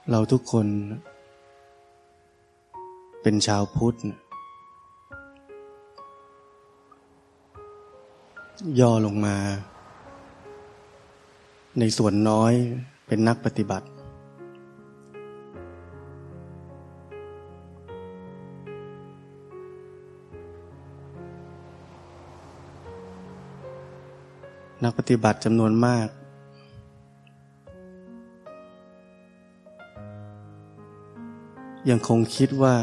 เราทุกคนเป็นชาวพุทธย่อลงมาในส่วนน้อยเป็นนักปฏิบัตินักปฏิบัติจำนวนมากยังคงคิดว่า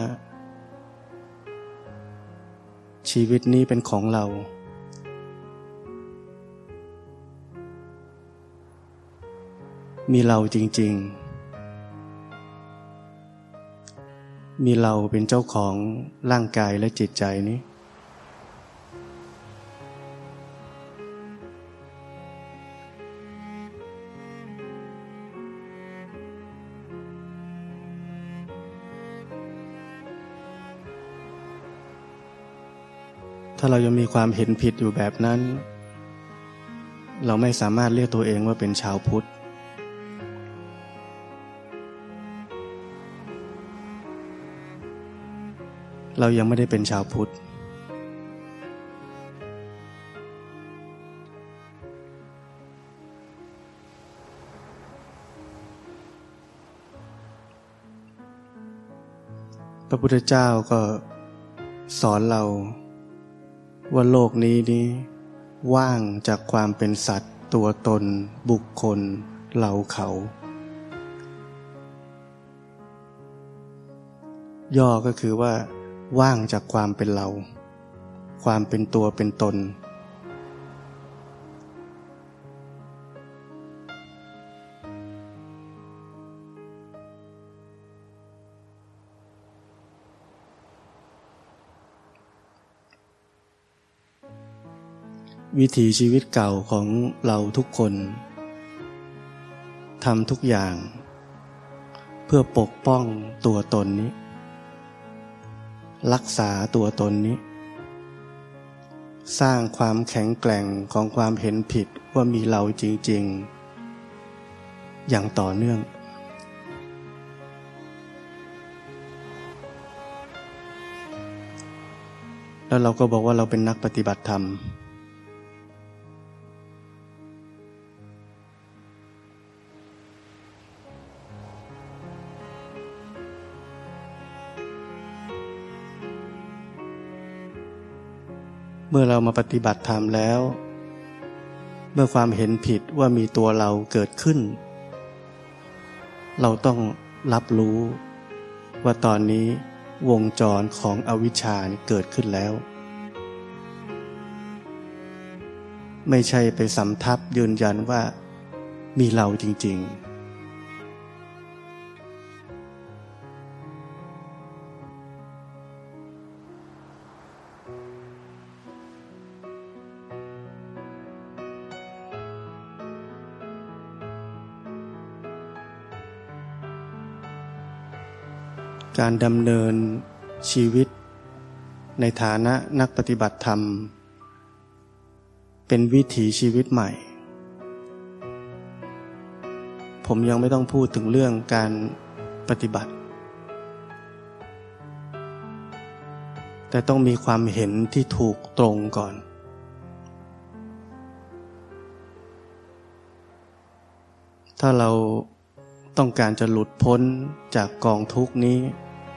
ชีวิตนี้เป็นของเรามีเราจริงๆมีเราเป็นเจ้าของร่างกายและจิตใจนี้ถ้าเรายังมีความเห็นผิดอยู่แบบนั้นเราไม่สามารถเรียกตัวเองว่าเป็นชาวพุทธเรายังไม่ได้เป็นชาวพุทธพระพุทธเจ้าก็สอนเราว่าโลกนี้ว่างจากความเป็นสัตว์ตัวตนบุคคลเราเขาย่อก็คือว่าว่างจากความเป็นเราความเป็นตัวเป็นตนวิถีชีวิตเก่าของเราทุกคนทำทุกอย่างเพื่อปกป้องตัวตนนี้รักษาตัวตนนี้สร้างความแข็งแกร่งของความเห็นผิดว่ามีเราจริงๆอย่างต่อเนื่องแล้วเราก็บอกว่าเราเป็นนักปฏิบัติธรรมเมื่อเรามาปฏิบัติธรรมแล้วเมื่อความเห็นผิดว่ามีตัวเราเกิดขึ้นเราต้องรับรู้ว่าตอนนี้วงจรของอวิชชาเกิดขึ้นแล้วไม่ใช่ไปสำทับยืนยันว่ามีเราจริงๆการดำเนินชีวิตในฐานะนักปฏิบัติธรรมเป็นวิถีชีวิตใหม่ผมยังไม่ต้องพูดถึงเรื่องการปฏิบัติแต่ต้องมีความเห็นที่ถูกตรงก่อนถ้าเราต้องการจะหลุดพ้นจากกองทุกข์นี้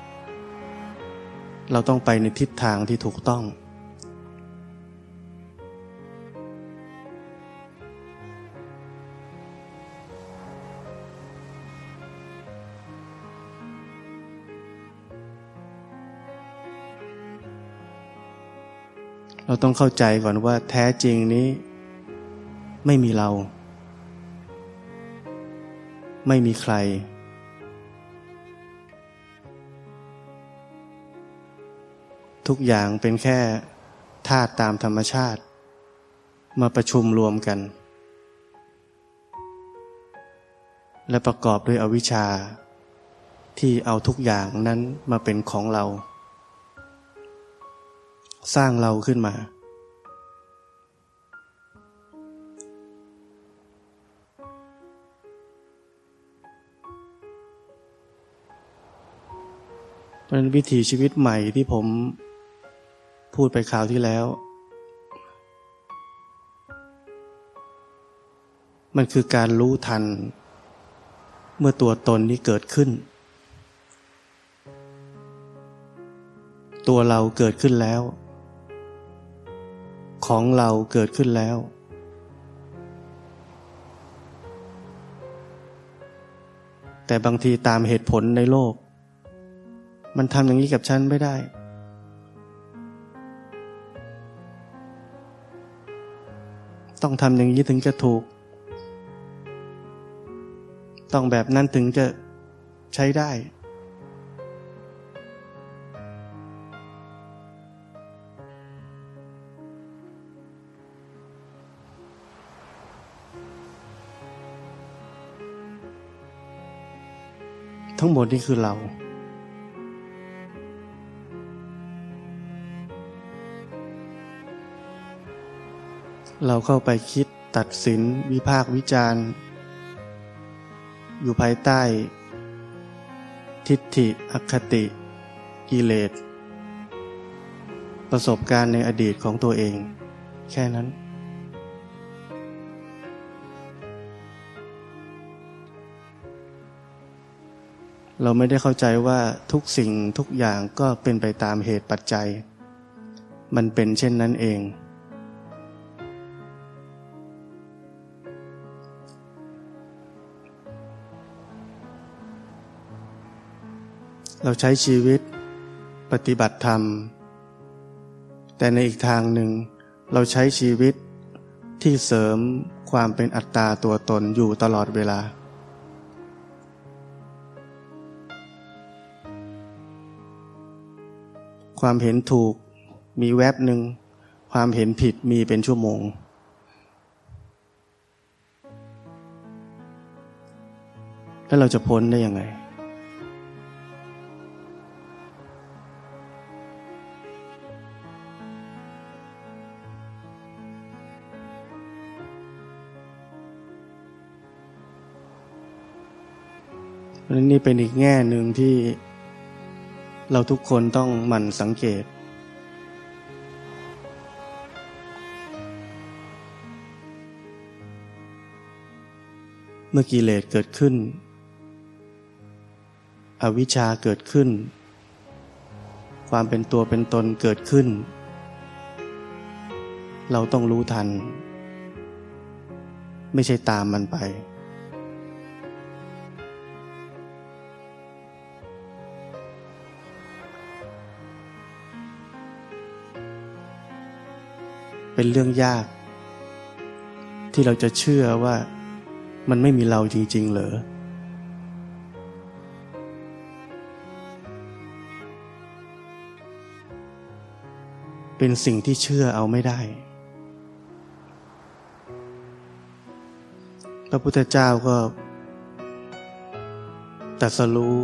เราต้องไปในทิศทางที่ถูกต้องเราต้องเข้าใจก่อนว่าแท้จริงนี้ไม่มีเราไม่มีใครทุกอย่างเป็นแค่ธาตุตามธรรมชาติมาประชุมรวมกันและประกอบด้วยอวิชชาที่เอาทุกอย่างนั้นมาเป็นของเราสร้างเราขึ้นมา ถเพราะฉะนั้นวิถีชีวิตใหม่ที่ผมพูดไปคราวที่แล้วมันคือการรู้ทันเมื่อตัวตนนี้เกิดขึ้นตัวเราเกิดขึ้นแล้วของเราเกิดขึ้นแล้วแต่บางทีตามเหตุผลในโลกมันทำอย่างนี้กับฉันไม่ได้ต้องทำอย่างนี้ถึงจะถูกต้องแบบนั้นถึงจะใช้ได้ทั้งหมดนี่คือเราเข้าไปคิดตัดสินวิพากษ์วิจารณ์อยู่ภายใต้ทิฏฐิอคติกิเลสประสบการณ์ในอดีตของตัวเองแค่นั้นเราไม่ได้เข้าใจว่าทุกสิ่งทุกอย่างก็เป็นไปตามเหตุปัจจัยมันเป็นเช่นนั้นเองเราใช้ชีวิตปฏิบัติธรรมแต่ในอีกทางหนึ่งเราใช้ชีวิตที่เสริมความเป็นอัตตาตัวตนอยู่ตลอดเวลาความเห็นถูกมีแวบหนึ่งความเห็นผิดมีเป็นชั่วโมงแล้วเราจะพ้นได้ยังไงนี่เป็นอีกแง่หนึ่งที่เราทุกคนต้องหมั่นสังเกตเมื่อกิเลสเกิดขึ้นอวิชชาเกิดขึ้นความเป็นตัวเป็นตนเกิดขึ้นเราต้องรู้ทันไม่ใช่ตามมันไปเป็นเรื่องยากที่เราจะเชื่อว่ามันไม่มีเราจริงๆเหรอเป็นสิ่งที่เชื่อเอาไม่ได้พระพุทธเจ้าก็ตรัสรู้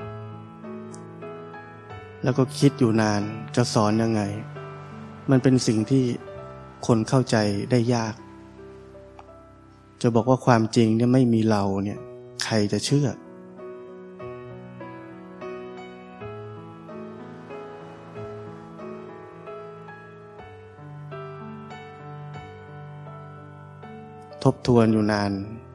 แล้วก็คิดอยู่นานจะสอนยังไงมันเป็นสิ่งที่คนเข้าใจได้ยากจะบอกว่าความจริงเนี่ยไม่มีเราเนี่ยใครจะเชื่อทบทวนอยู่นาน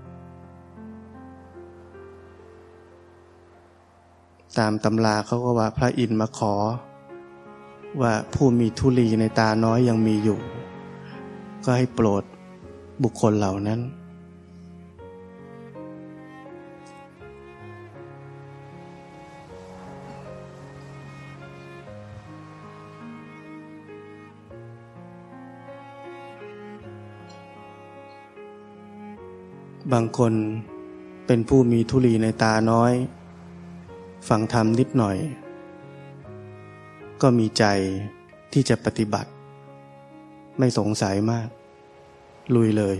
ตามตำราเขาก็ว่าพระอินทร์มาขอว่าผู้มีธุลีในตาน้อยยังมีอยู่ก็ให้โปรดบุคคลเหล่านั้นบางคนเป็นผู้มีธุลีในตาน้อยฟังธรรมนิดหน่อยก็มีใจที่จะปฏิบัติไม่สงสัยมากลุยเลย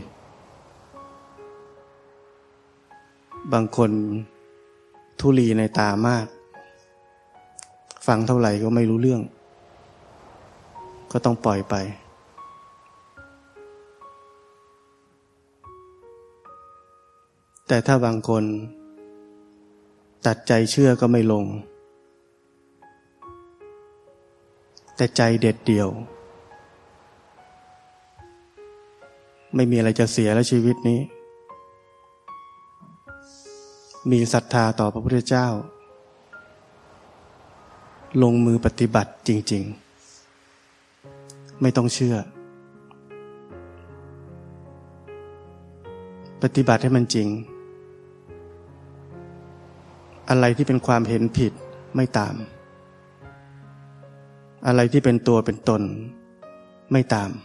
บางคนธุลีในตามากฟังเท่าไหร่ก็ไม่รู้เรื่องก็ต้องปล่อยไปแต่ถ้าบางคนตัดใจเชื่อก็ไม่ลงแต่ใจเด็ดเดี่ยวไม่มีอะไรจะเสียแล้วชีวิตนี้มีศรัทธาต่อพระพุทธเจ้าลงมือปฏิบัติจริงๆไม่ต้องเชื่อปฏิบัติให้มันจริงอะไรที่เป็นความเห็นผิดไม่ตามอะไรที่เป็นตัวเป็นตนไม่ตาม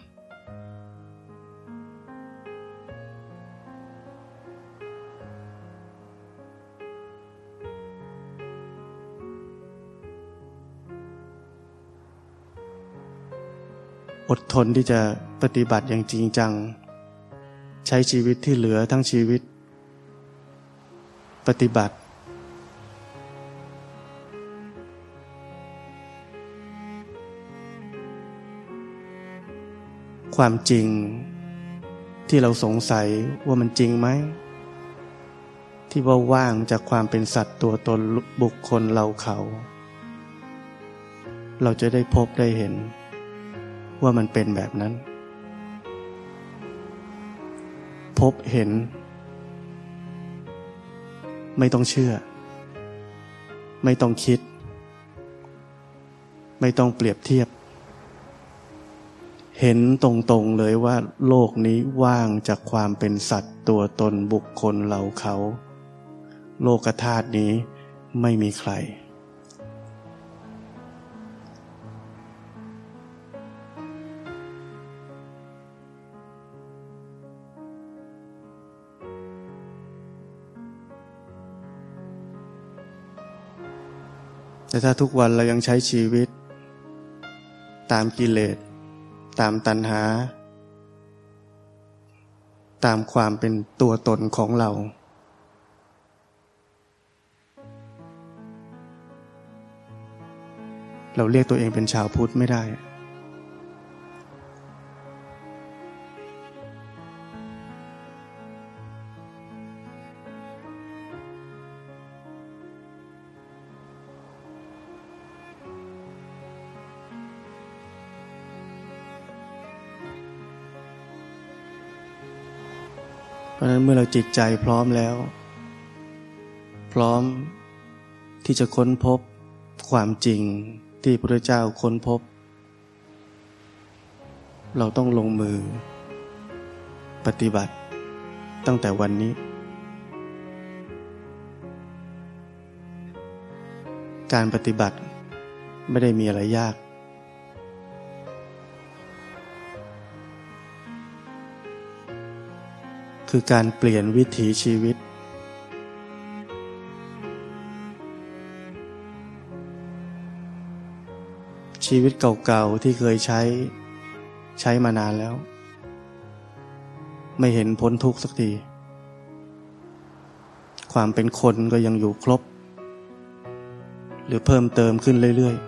อดทนที่จะปฏิบัติอย่างจริงจังใช้ชีวิตที่เหลือทั้งชีวิตปฏิบัติความจริงที่เราสงสัยว่ามันจริงไหมที่ว่าว่างจากความเป็นสัตว์ตัวตนบุคคลเราเขาเราจะได้พบได้เห็นว่ามันเป็นแบบนั้นพบเห็นไม่ต้องเชื่อไม่ต้องคิดไม่ต้องเปรียบเทียบเห็นตรงๆเลยว่าโลกนี้ว่างจากความเป็นสัตว์ตัวตนบุคคลเราเขาโลกธาตุนี้ไม่มีใครแต่ถ้าทุกวันเรายังใช้ชีวิตตามกิเลสตามตัณหาตามความเป็นตัวตนของเราเรียกตัวเองเป็นชาวพุทธไม่ได้เพราะฉะนั้นเมื่อเราจิตใจพร้อมแล้วพร้อมที่จะค้นพบความจริงที่พระพุทธเจ้าค้นพบเราต้องลงมือปฏิบัติตั้งแต่วันนี้การปฏิบัติไม่ได้มีอะไรยากคือการเปลี่ยนวิถีชีวิตชีวิตเก่าๆที่เคยใช้มานานแล้วไม่เห็นพ้นทุกข์สักทีความเป็นคนก็ยังอยู่ครบหรือเพิ่มเติมขึ้นเรื่อย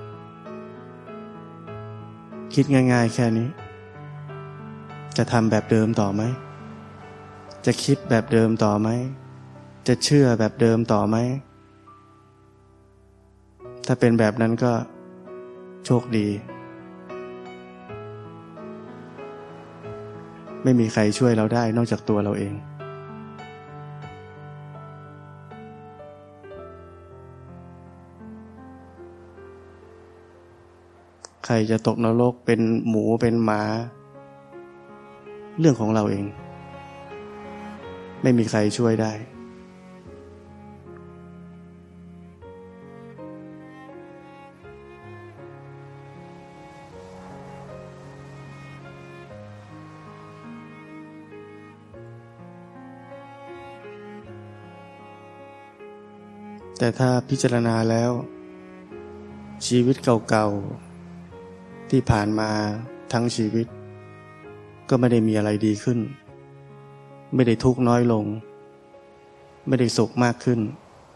ๆคิดง่ายๆแค่นี้จะทำแบบเดิมต่อไหมจะคิดแบบเดิมต่อไหมจะเชื่อแบบเดิมต่อไหมถ้าเป็นแบบนั้นก็โชคดีไม่มีใครช่วยเราได้นอกจากตัวเราเองใครจะตกนรกเป็นหมูเป็นหมาเรื่องของเราเองไม่มีใครช่วยได้แต่ถ้าพิจารณาแล้วชีวิตเก่าๆที่ผ่านมาทั้งชีวิตก็ไม่ได้มีอะไรดีขึ้นไม่ได้ทุกข์น้อยลงไม่ได้สุขมากขึ้น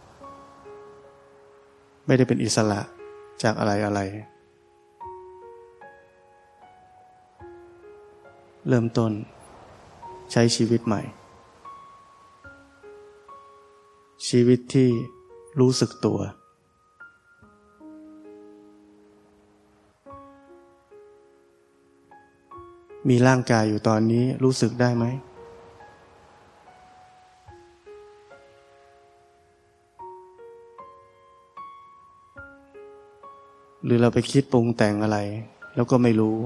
ไม่ได้เป็นอิสระจากอะไรเริ่มต้นใช้ชีวิตใหม่ชีวิตที่รู้สึกตัวมีร่างกายอยู่ตอนนี้รู้สึกได้ไหมหรือเราไปคิดปรุงแต่งอะไรแล้วก็ไม่รู้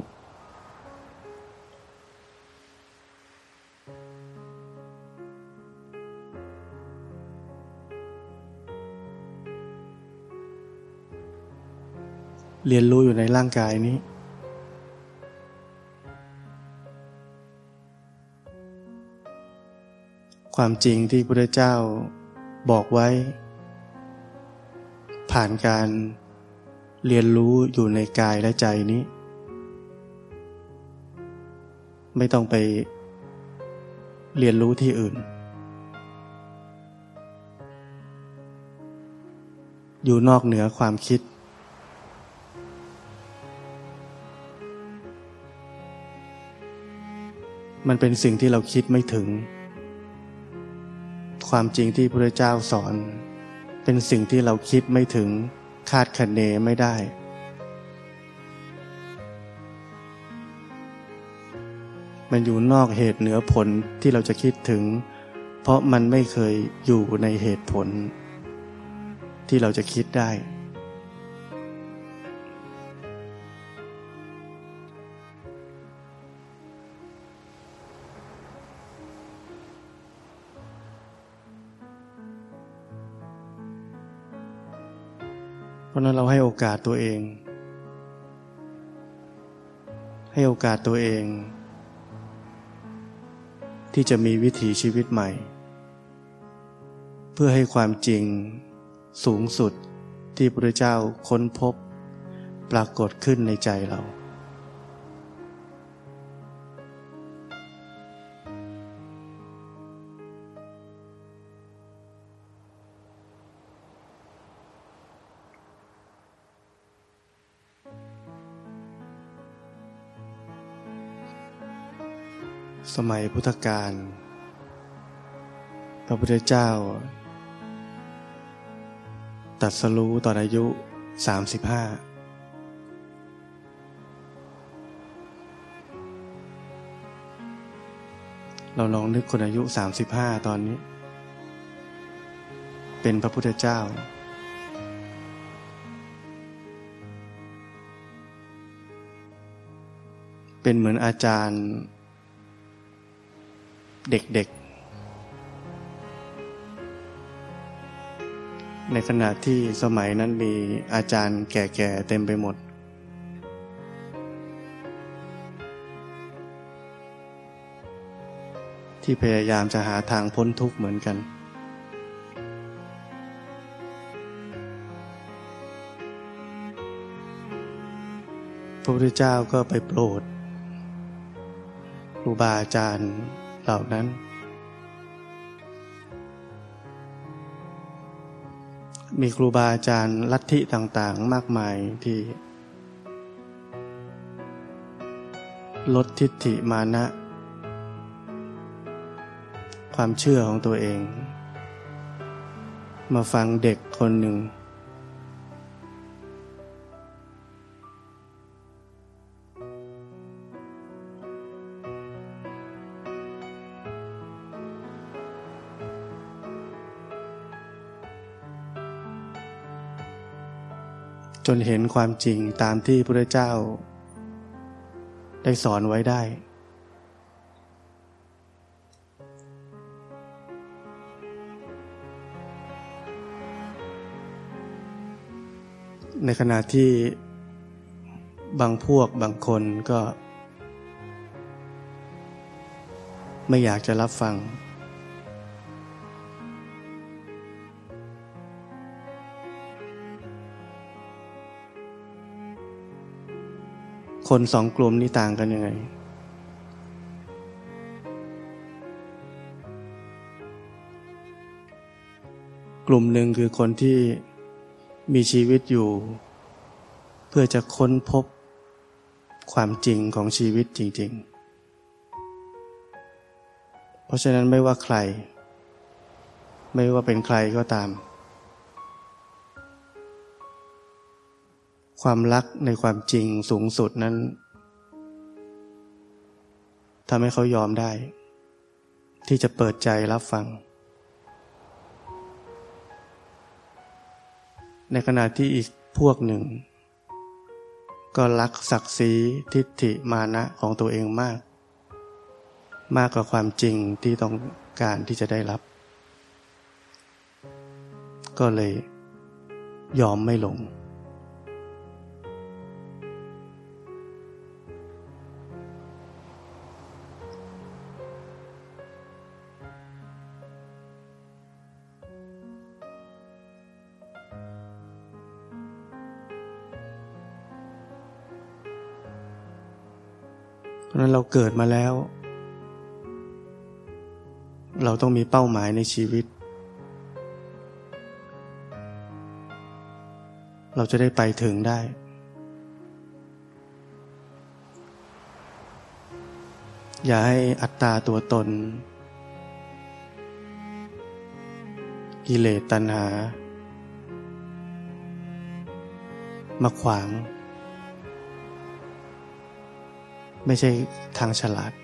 เรียนรู้อยู่ในร่างกายนี้ความจริงที่พระพุทธเจ้าบอกไว้ผ่านการเรียนรู้อยู่ในกายและใจนี้ไม่ต้องไปเรียนรู้ที่อื่นอยู่นอกเหนือความคิดมันเป็นสิ่งที่เราคิดไม่ถึงความจริงที่พระพุทธเจ้าสอนเป็นสิ่งที่เราคิดไม่ถึงคาดคะเนไม่ได้มันอยู่นอกเหตุเหนือผลที่เราจะคิดถึงเพราะมันไม่เคยอยู่ในเหตุผลที่เราจะคิดได้เพราะนั้นเราให้โอกาสตัวเองให้โอกาสตัวเองที่จะมีวิถีชีวิตใหม่เพื่อให้ความจริงสูงสุดที่พระพุทธเจ้าค้นพบปรากฏขึ้นในใจเราสมัยพุทธกาลพระพุทธเจ้าตรัสรู้ตอนอายุ35เราลองนึกคนอายุ35ตอนนี้เป็นพระพุทธเจ้าเป็นเหมือนอาจารย์เด็กๆในขณะที่สมัยนั้นมีอาจารย์แก่ๆเต็มไปหมดที่พยายามจะหาทางพ้นทุกข์เหมือนกันพระพุทธเจ้าก็ไปโปรดครูบาอาจารย์เหล่านั้นมีครูบาอาจารย์ลัทธิต่างๆมากมายที่ลดทิฏฐิมานะความเชื่อของตัวเองมาฟังเด็กคนหนึ่งจนเห็นความจริงตามที่พระพุทธเจ้าได้สอนไว้ได้ในขณะที่บางพวกบางคนก็ไม่อยากจะรับฟังคนสองกลุ่มนี้ต่างกันยังไงกลุ่มหนึ่งคือคนที่มีชีวิตอยู่เพื่อจะค้นพบความจริงของชีวิตจริงๆเพราะฉะนั้นไม่ว่าใครไม่ว่าเป็นใครก็ตามความรักในความจริงสูงสุดนั้นทำให้เขายอมได้ที่จะเปิดใจรับฟังในขณะที่อีกพวกหนึ่งก็รักศักดิ์ศรีทิฏฐิมานะของตัวเองมากกว่าความจริงที่ต้องการที่จะได้รับก็เลยยอมไม่ลงเพราะนั้นเราเกิดมาแล้วเราต้องมีเป้าหมายในชีวิตเราจะได้ไปถึงได้อย่าให้อัตตาตัวตนกิเลสตัณหามาขวางไม่ใช่ทางฉลาด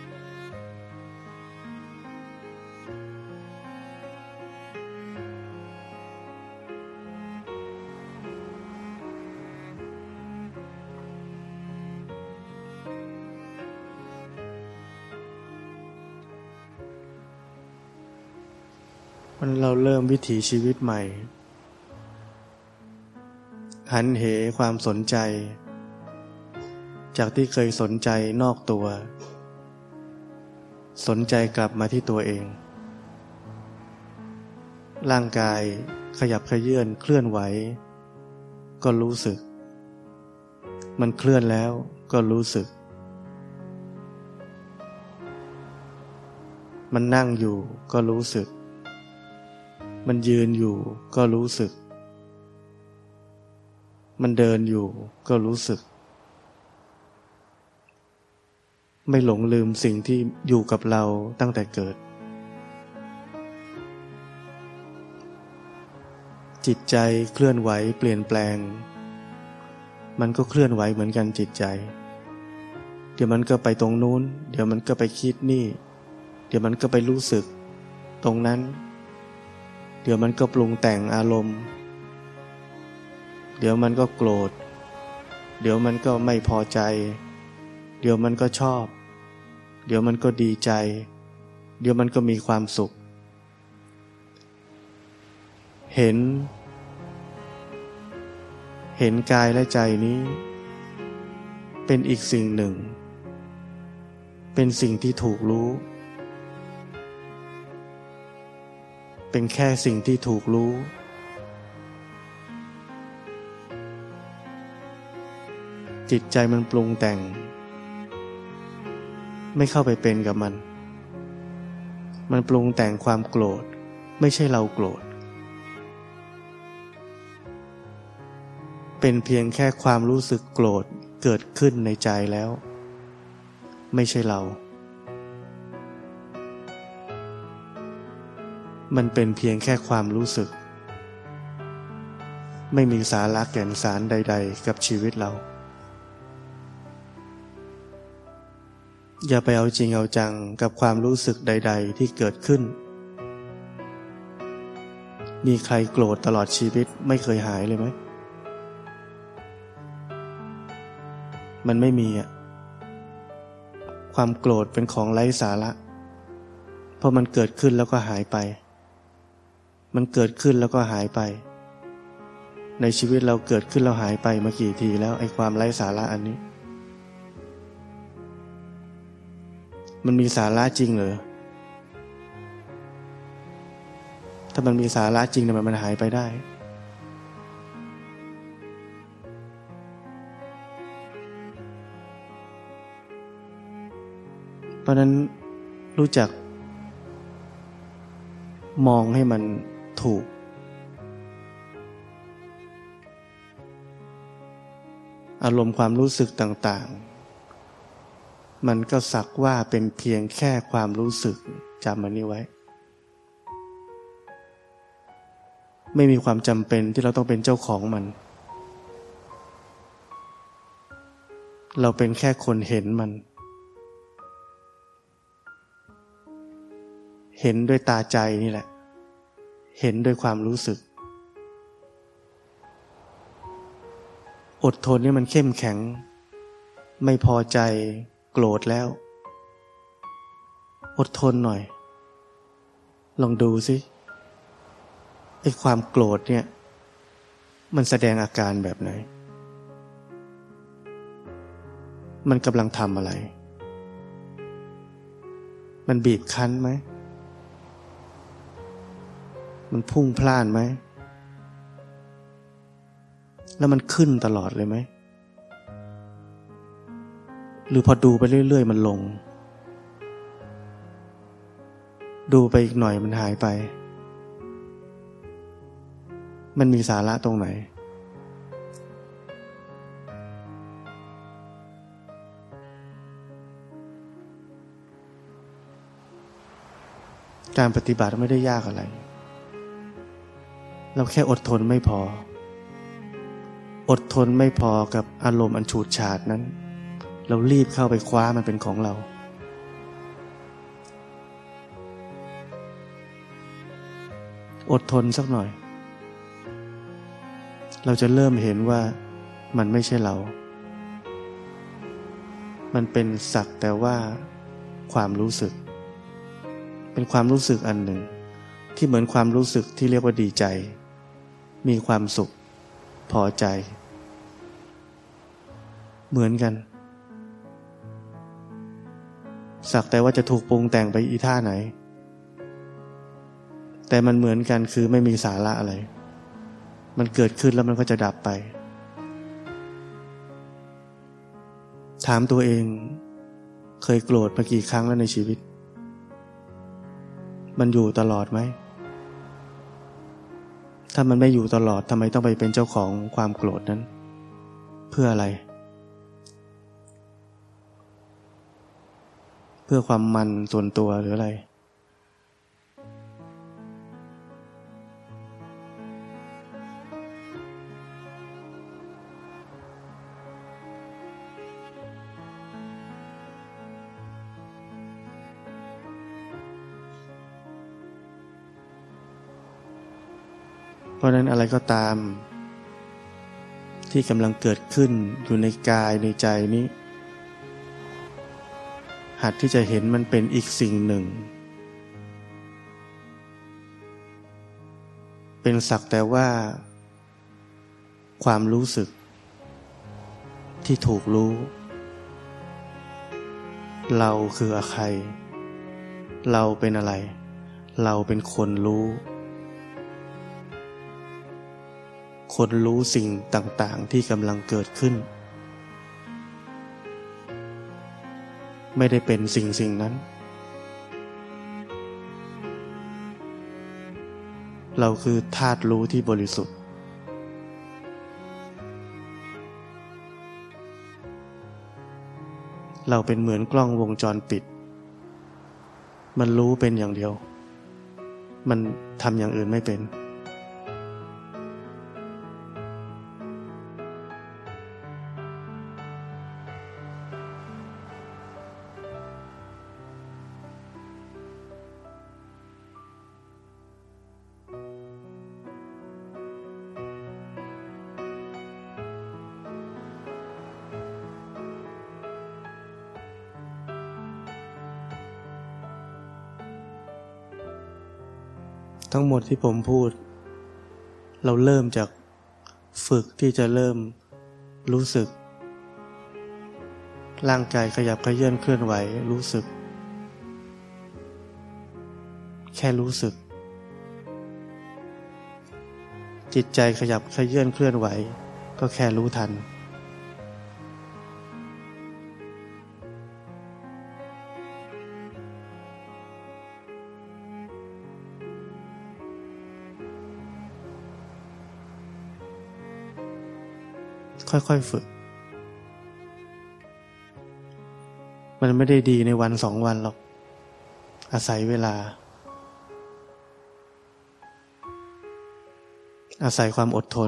เราเริ่มวิถีชีวิตใหม่หันเหความสนใจจากที่เคยสนใจนอกตัวสนใจกลับมาที่ตัวเองร่างกายขยับเขยื้อนเคลื่อนไหวก็รู้สึกมันเคลื่อนแล้วก็รู้สึกมันนั่งอยู่ก็รู้สึกมันยืนอยู่ก็รู้สึกมันเดินอยู่ก็รู้สึกไม่หลงลืมสิ่งที่อยู่กับเราตั้งแต่เกิดจิตใจเคลื่อนไหวเปลี่ยนแปลงมันก็เคลื่อนไหวเหมือนกันจิตใจเดี๋ยวมันก็ไปตรงนู้นเดี๋ยวมันก็ไปคิดนี่เดี๋ยวมันก็ไปรู้สึกตรงนั้นเดี๋ยวมันก็ปรุงแต่งอารมณ์เดี๋ยวมันก็โกรธเดี๋ยวมันก็ไม่พอใจเดี๋ยวมันก็ชอบเดี๋ยวมันก็ดีใจเดี๋ยวมันก็มีความสุขเห็นกายและใจนี้เป็นอีกสิ่งหนึ่งเป็นสิ่งที่ถูกรู้เป็นแค่สิ่งที่ถูกรู้จิตใจมันปรุงแต่งไม่เข้าไปเป็นกับมันปรุงแต่งความโกรธไม่ใช่เราโกรธเป็นเพียงแค่ความรู้สึกโกรธเกิดขึ้นในใจแล้วไม่ใช่เรามันเป็นเพียงแค่ความรู้สึกไม่มีสาระแก่นสารใดๆกับชีวิตเราอย่าไปเอาจริงเอาจังกับความรู้สึกใดๆที่เกิดขึ้นมีใครโกรธตลอดชีวิตไม่เคยหายเลยไหมมันไม่มีความโกรธเป็นของไร้สาระเพราะมันเกิดขึ้นแล้วก็หายไปมันเกิดขึ้นแล้วก็หายไปในชีวิตเราเกิดขึ้นแล้วหายไปมากี่ทีแล้วไอ้ความไร้สาระอันนี้มันมีสาระจริงเหรอถ้ามันมีสาระจริงทำไมมันหายไปได้เพราะนั้นรู้จักมองให้มันถูกอารมณ์ความรู้สึกต่างๆมันก็สักว่าเป็นเพียงแค่ความรู้สึกจำมันนี้ไว้ไม่มีความจำเป็นที่เราต้องเป็นเจ้าของมันเราเป็นแค่คนเห็นมันเห็นด้วยตาใจนี่แหละเห็นด้วยความรู้สึกอดทนนี่มันเข้มแข็งไม่พอใจโกรธแล้วอดทนหน่อยลองดูสิไอ้ความโกรธเนี่ยมันแสดงอาการแบบไหนมันกำลังทำอะไรมันบีบคั้นไหมมันพุ่งพล่านไหมแล้วมันขึ้นตลอดเลยไหมหรือพอดูไปเรื่อยๆมันลงดูไปอีกหน่อยมันหายไปมันมีสาระตรงไหนการปฏิบัติไม่ได้ยากอะไรเราแค่อดทนไม่พออดทนไม่พอกับอารมณ์อันฉูดฉาดนั้นเรารีบเข้าไปคว้ามันเป็นของเราอดทนสักหน่อยเราจะเริ่มเห็นว่ามันไม่ใช่เรามันเป็นสักแต่ว่าความรู้สึกเป็นความรู้สึกอันหนึ่งที่เหมือนความรู้สึกที่เรียกว่าดีใจมีความสุขพอใจเหมือนกันสักแต่ว่าจะถูกปรุงแต่งไปอีท่าไหนแต่มันเหมือนกันคือไม่มีสาระอะไรมันเกิดขึ้นแล้วมันก็จะดับไปถามตัวเองเคยโกรธมากี่ครั้งแล้วในชีวิตมันอยู่ตลอดไหมถ้ามันไม่อยู่ตลอดทำไมต้องไปเป็นเจ้าของความโกรธนั้นเพื่ออะไรเพื่อความมันส่วนตัวหรืออะไรเพราะนั้นอะไรก็ตามที่กำลังเกิดขึ้นอยู่ในกายในใจนี้หัดที่จะเห็นมันเป็นอีกสิ่งหนึ่งเป็นสักแต่ว่าความรู้สึกที่ถูกรู้เราคือใครเราเป็นอะไรเราเป็นคนรู้คนรู้สิ่งต่างๆที่กำลังเกิดขึ้นไม่ได้เป็นสิ่งนั้นเราคือธาตุรู้ที่บริสุทธิ์เราเป็นเหมือนกล้องวงจรปิดมันรู้เป็นอย่างเดียวมันทำอย่างอื่นไม่เป็นทั้งหมดที่ผมพูดเราเริ่มจากฝึกที่จะเริ่มรู้สึกร่างกายขยับเขยื้อนเคลื่อนไหวรู้สึกแค่รู้สึกจิตใจขยับเขยื้อนเคลื่อนไหวก็แค่รู้ทันค่อยๆฝึกมันไม่ได้ดีในวันสองวันหรอกอาศัยเวลาอาศัยความอดทน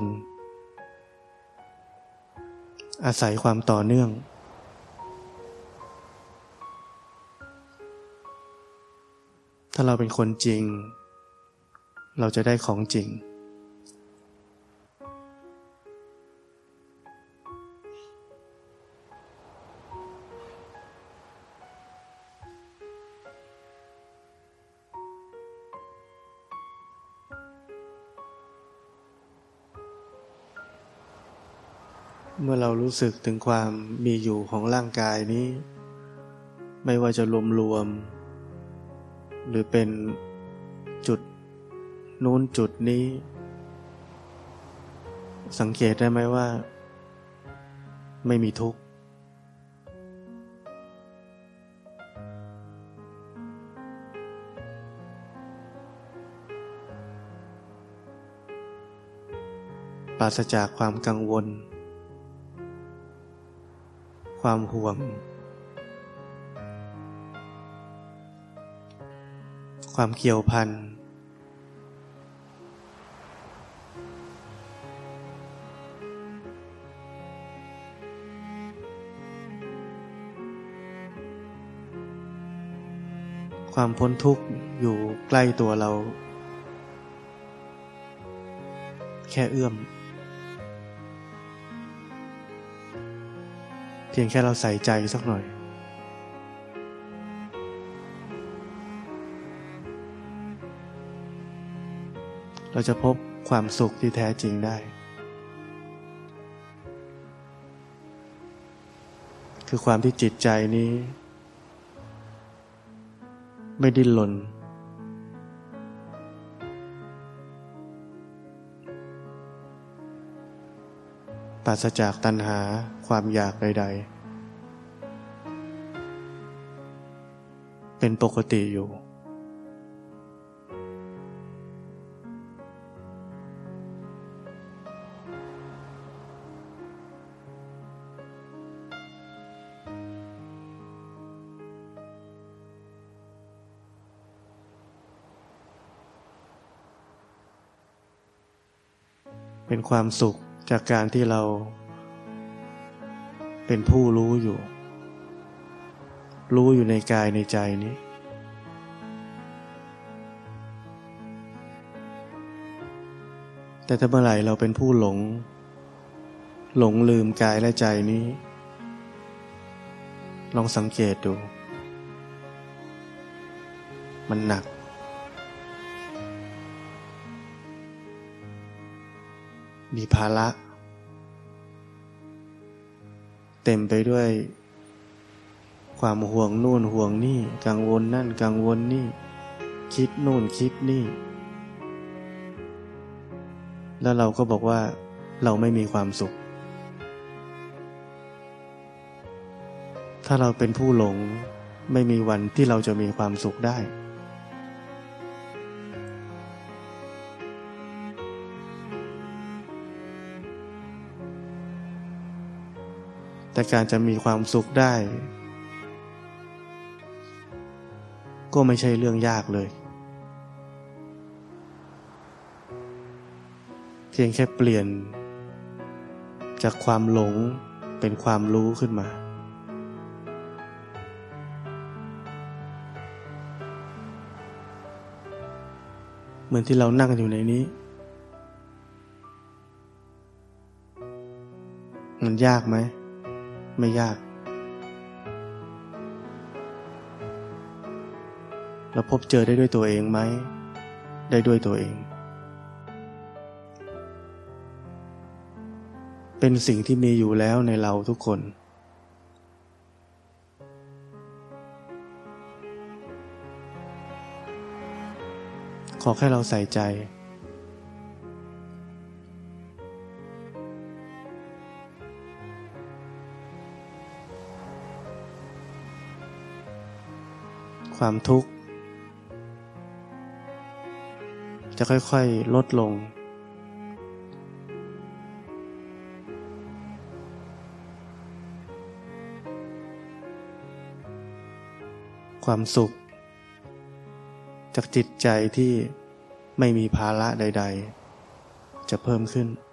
อาศัยความต่อเนื่องถ้าเราเป็นคนจริงเราจะได้ของจริงเมื่อเรารู้สึกถึงความมีอยู่ของร่างกายนี้ไม่ว่าจะรวมๆหรือเป็นจุดนู้นจุดนี้สังเกตได้ไหมว่าไม่มีทุกข์ปราศจากความกังวลความห่วงความเกี่ยวพันความพ้นทุกข์อยู่ใกล้ตัวเราแค่เอื้อมเพียงแค่เราใส่ใจสักหน่อยเราจะพบความสุขที่แท้จริงได้คือความที่จิตใจนี้ไม่ดิ้นรนปราศจากตัณหาความอยากใดๆเป็นปกติอยู่เป็นความสุขจากการที่เราเป็นผู้รู้อยู่ในกายในใจนี้แต่ถ้าเมื่อไหร่เราเป็นผู้หลงลืมกายและใจนี้ลองสังเกตดูมันหนักมีภาระเต็มไปด้วยความห่วงนู่นห่วงนี่กังวลนั่นกังวลนี่คิดนู่นคิดนี่แล้วเราก็บอกว่าเราไม่มีความสุขถ้าเราเป็นผู้หลงไม่มีวันที่เราจะมีความสุขได้แต่การจะมีความสุขได้ก็ไม่ใช่เรื่องยากเลยเพียงแค่เปลี่ยนจากความหลงเป็นความรู้ขึ้นมาเหมือนที่เรานั่งอยู่ในนี้มันยากไหมไม่ยากเราพบเจอได้ด้วยตัวเองไหมได้ด้วยตัวเองเป็นสิ่งที่มีอยู่แล้วในเราทุกคนขอแค่เราใส่ใจความทุกข์จะค่อยๆลดลงความสุขจากจิตใจที่ไม่มีภาระใดๆจะเพิ่มขึ้น